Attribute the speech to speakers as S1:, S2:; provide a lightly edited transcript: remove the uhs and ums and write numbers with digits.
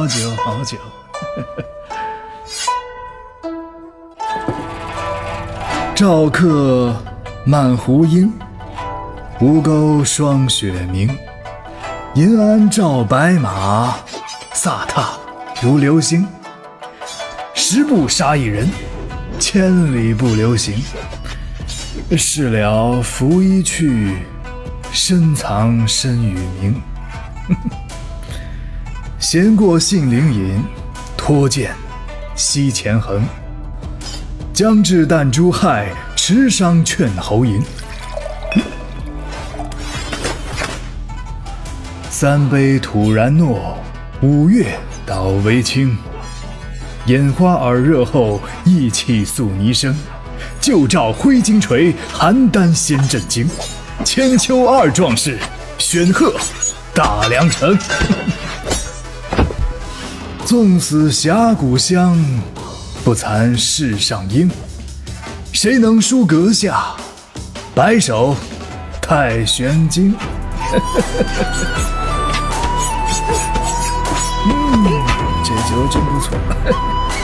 S1: 好酒好酒。赵客漫胡缨，吴钩霜雪明。银鞍照白马，飒沓如流星。十步杀一人，千里不留行。事了拂衣去，深藏身与名。闲过杏林隐，脱剑西前横。将至弹珠害，持觞劝侯吟。三杯吐然诺，五岳倒为清。眼花耳热后，意气素霓生。旧照挥金锤，邯郸先震惊。千秋二壮士，选贺大梁城。纵死峡谷乡，不惭世上英。谁能书阁下，白首太玄经。这酒真不错。